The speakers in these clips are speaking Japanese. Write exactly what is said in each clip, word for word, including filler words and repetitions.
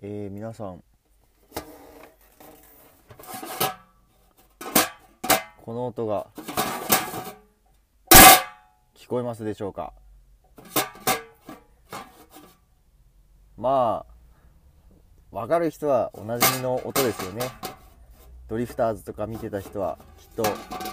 えー、皆さんこの音が聞こえますでしょうか。まあわかる人はおなじみの音ですよね。ドリフターズとか見てた人はきっと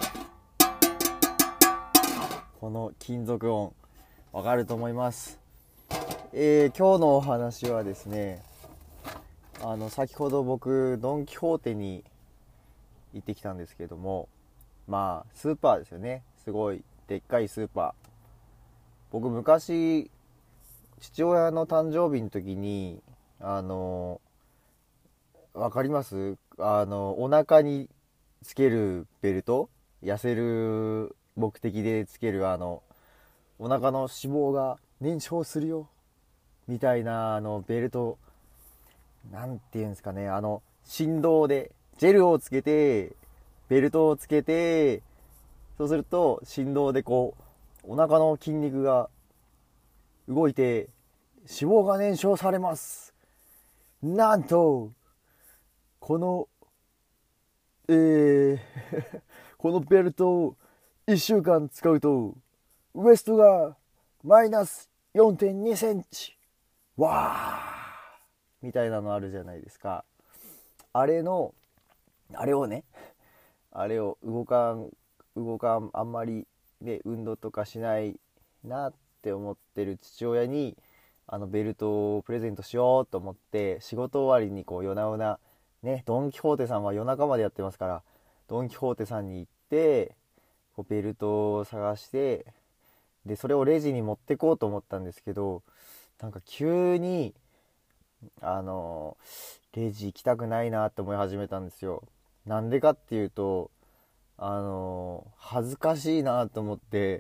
この金属音わかると思います。えー、今日のお話はですね、あの先ほど僕ドン・キホーテに行ってきたんですけども、まあスーパーですよね。すごいでっかいスーパー。僕昔父親の誕生日の時にあのわかります？あのお腹につけるベルト、痩せる目的でつけるあのお腹の脂肪が燃焼するよみたいなあのベルト、なんていうんですかね、あの振動でジェルをつけてベルトをつけて、そうすると振動でこうお腹の筋肉が動いて脂肪が燃焼されます。なんとこのえーこのベルトをいっしゅうかん使うとウエストがマイナス よんてんに センチわーみたいなのあるじゃないですか。あれのあれをねあれを動かん動かんあんまりね運動とかしないなって思ってる父親にあのベルトをプレゼントしようと思って、仕事終わりにこう夜な夜なね、ドン・キホーテさんは夜中までやってますから、ドン・キホーテさんに行ってこうベルトを探して、でそれをレジに持ってこうと思ったんですけど、なんか急にあのレジ行きたくないなって思い始めたんですよ。なんでかっていうと、あの恥ずかしいなと思って、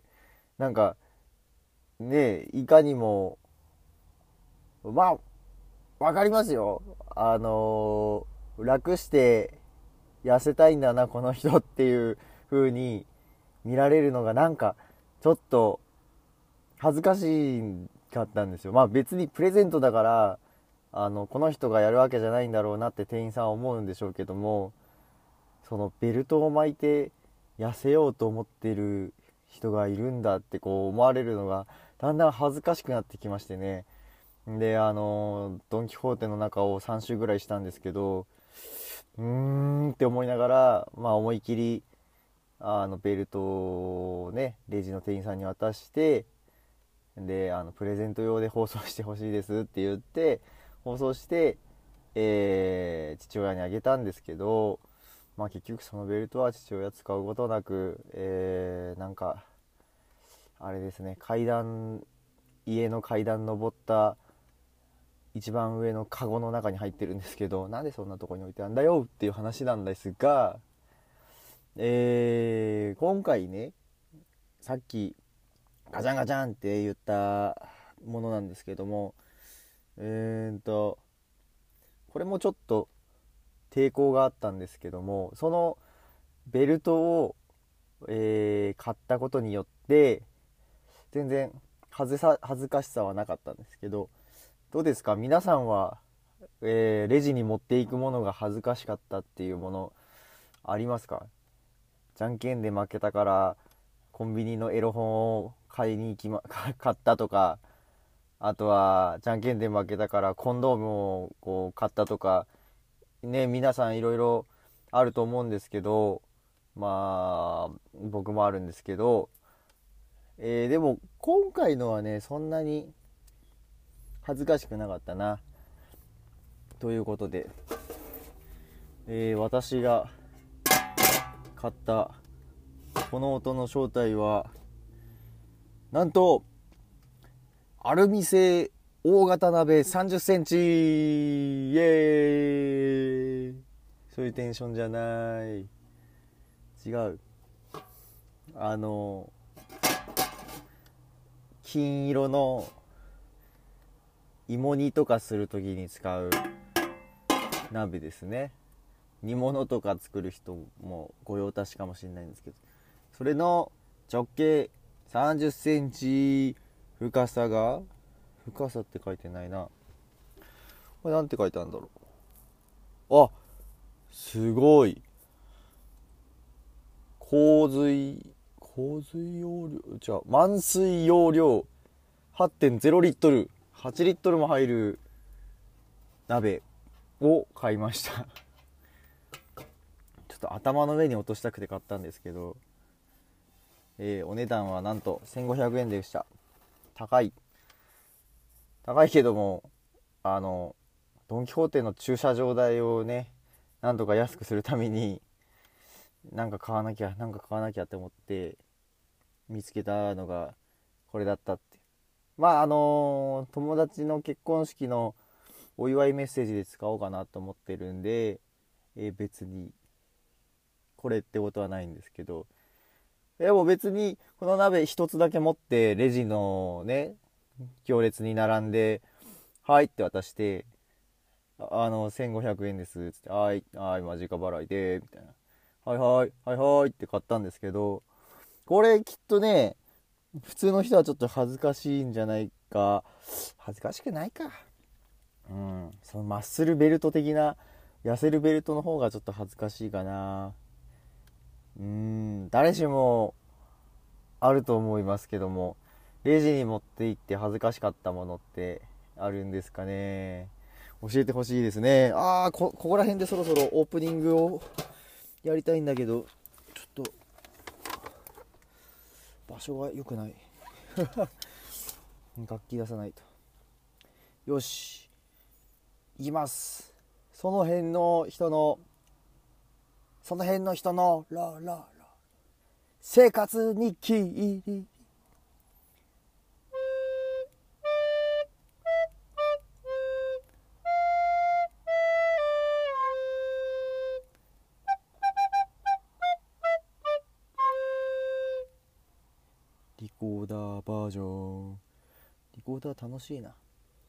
なんかね、いかにもまあわかりますよ。あの楽して痩せたいんだなこの人っていう風に見られるのがなんかちょっと恥ずかしかったんですよ。まあ別にプレゼントだからあのこの人がやるわけじゃないんだろうなって店員さんは思うんでしょうけども、そのベルトを巻いて痩せようと思ってる人がいるんだってこう思われるのがだんだん恥ずかしくなってきましてね。であのドン・キホーテの中をさん周ぐらいしたんですけど、うーんって思いながら、まあ思い切りあのベルトをねレジの店員さんに渡して、であのプレゼント用で包装してほしいですって言って包装して、えー父親にあげたんですけど、まあ結局そのベルトは父親使うことなく、えーなんかあれですね、階段家の階段登った一番上のカゴの中に入ってるんですけど、なんでそんなとこに置いてあるんだよっていう話なんですが、えー今回ね、さっきガチャンガチャンって言ったものなんですけども、えーとこれもちょっと抵抗があったんですけども、そのベルトを、えー買ったことによって全然恥ずさ恥ずかしさはなかったんですけど、どうですか皆さんは、えーレジに持っていくものが恥ずかしかったっていうものありますか？じゃんけんで負けたからコンビニのエロ本を買いに行きま買ったとか、あとはじゃんけんで負けたからコンドームをこう買ったとかね、皆さんいろいろあると思うんですけど、まあ僕もあるんですけど、えーでも今回のはねそんなに恥ずかしくなかったなということで、えー私が買ったこの音の正体はなんとアルミ製大型鍋さんじゅっセンチ、イエーイ。そういうテンションじゃない、違う、あの金色の芋煮とかするときに使う鍋ですね。煮物とか作る人もご用達かもしれないんですけど、それの直径さんじゅっセンチ、深さが深さって書いてないな、 これなんて書いてあるんだろう。あ、すごい。洪水洪水容量じゃあ満水容量 はってんゼロ リットルはちリットルも入る鍋を買いました。ちょっと頭の上に落としたくて買ったんですけど、えー、お値段はなんとせんごひゃくえんでした。高い高いけども、あのドン・キホーテの駐車場代をね、なんとか安くするためになんか買わなきゃなんか買わなきゃって思って見つけたのがこれだったって。まああのー友達の結婚式のお祝いメッセージで使おうかなと思ってるんで、えー別にこれってことはないんですけど、でも別にこの鍋一つだけ持ってレジのね行列に並んではいって渡して、ああのせんごひゃくえんですっつって、はいはいマジか払いでみたいな、はいはいはいはいって買ったんですけど、これきっとね普通の人はちょっと恥ずかしいんじゃないか。恥ずかしくないか。うん、そのマッスルベルト的な痩せるベルトの方がちょっと恥ずかしいかな。うーん、誰しもあると思いますけども、レジに持って行って恥ずかしかったものってあるんですかね。教えてほしいですね。ああ、こ、ここら辺でそろそろオープニングをやりたいんだけど、ちょっと場所が良くない。楽器出さないと。よし、いきます。その辺の人のその辺の人のラララ生活日記。リコーダーバージョン。リコーダー楽しいな。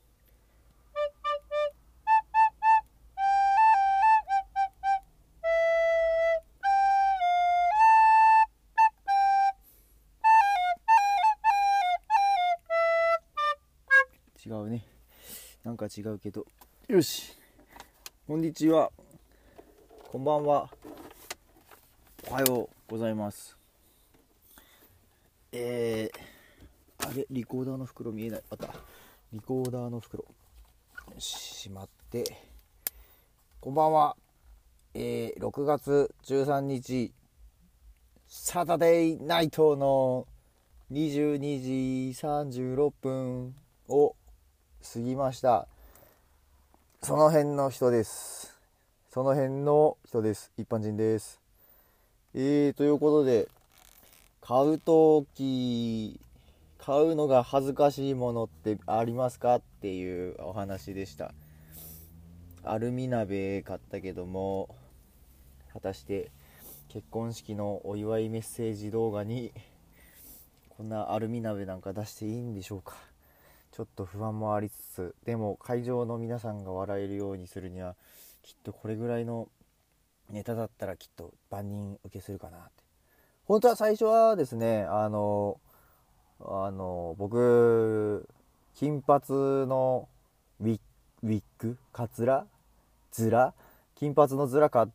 違うね、なんか違うけど。よし、こんにちは、こんばんは、おはようございます。えー、あれリコーダーの袋見えない。あった、リコーダーの袋しまって。こんばんは。えー、ろくがつじゅうさんにちサタデーナイトのにじゅうにじさんじゅうろっぷんを過ぎました。その辺の人です。その辺の人です。一般人です。えー、ということで、買うとき、買うのが恥ずかしいものってありますかっていうお話でした。アルミ鍋買ったけども、果たして結婚式のお祝いメッセージ動画にこんなアルミ鍋なんか出していいんでしょうか。ちょっと不安もありつつ、でも会場の皆さんが笑えるようにするにはきっとこれぐらいのネタだったらきっと万人受けするかなって。本当は最初はですね、あのあの僕金髪のウィッウィッグカツラズラ金髪のズラ買って、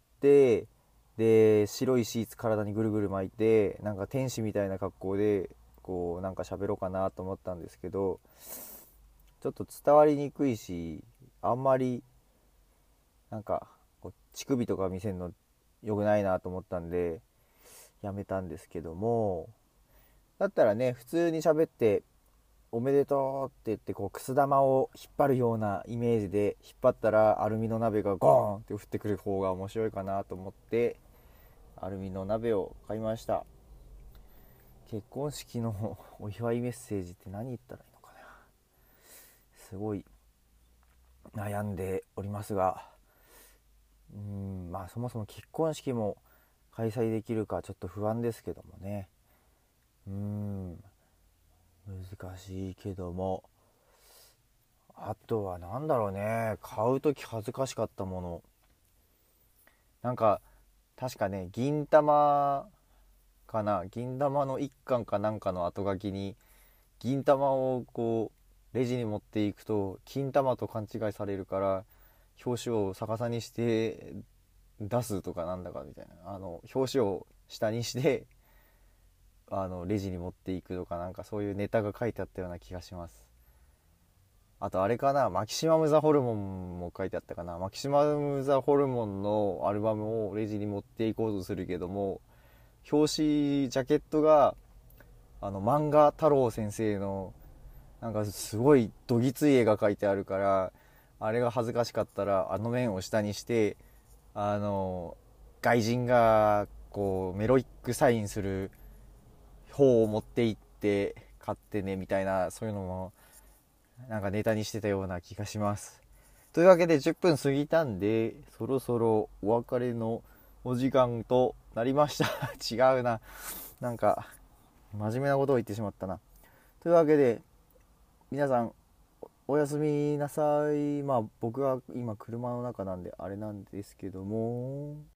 で白いシーツ体にぐるぐる巻いて、なんか天使みたいな格好でこうなんか喋ろうかなと思ったんですけど、ちょっと伝わりにくいし、あんまりなんかこう乳首とか見せるの良くないなと思ったんでやめたんですけども、だったらね普通に喋っておめでとうって言ってこうくす玉を引っ張るようなイメージで引っ張ったらアルミの鍋がゴーンって降ってくる方が面白いかなと思ってアルミの鍋を買いました。結婚式のお祝いメッセージって何言ったらいいのかな、すごい悩んでおりますが、うーんまあそもそも結婚式も開催できるかちょっと不安ですけどもね。うーん難しいけども、あとはなんだろうね、買うとき恥ずかしかったもの、なんか確かね銀玉かな、銀玉の一巻かなんかの後書きに銀玉をこうレジに持っていくと金玉と勘違いされるから表紙を逆さにして出すとかなんだかみたいな、あの表紙を下にしてあのレジに持っていくとか、なんかそういうネタが書いてあったような気がします。あとあれかな、マキシマム・ザ・ホルモンも書いてあったかな。マキシマム・ザ・ホルモンのアルバムをレジに持っていこうとするけども、表紙ジャケットがあの漫画太郎先生のなんかすごいどぎつい絵が描いてあるから、あれが恥ずかしかったらあの面を下にしてあの外人がこうメロイックサインする方を持って行って買ってねみたいな、そういうのもなんかネタにしてたような気がします。というわけでじゅっぷん過ぎたんで、そろそろお別れのお時間となりました違うな、なんか真面目なことを言ってしまったな。というわけで皆さんおやすみなさい。まあ僕は今車の中なんであれなんですけども、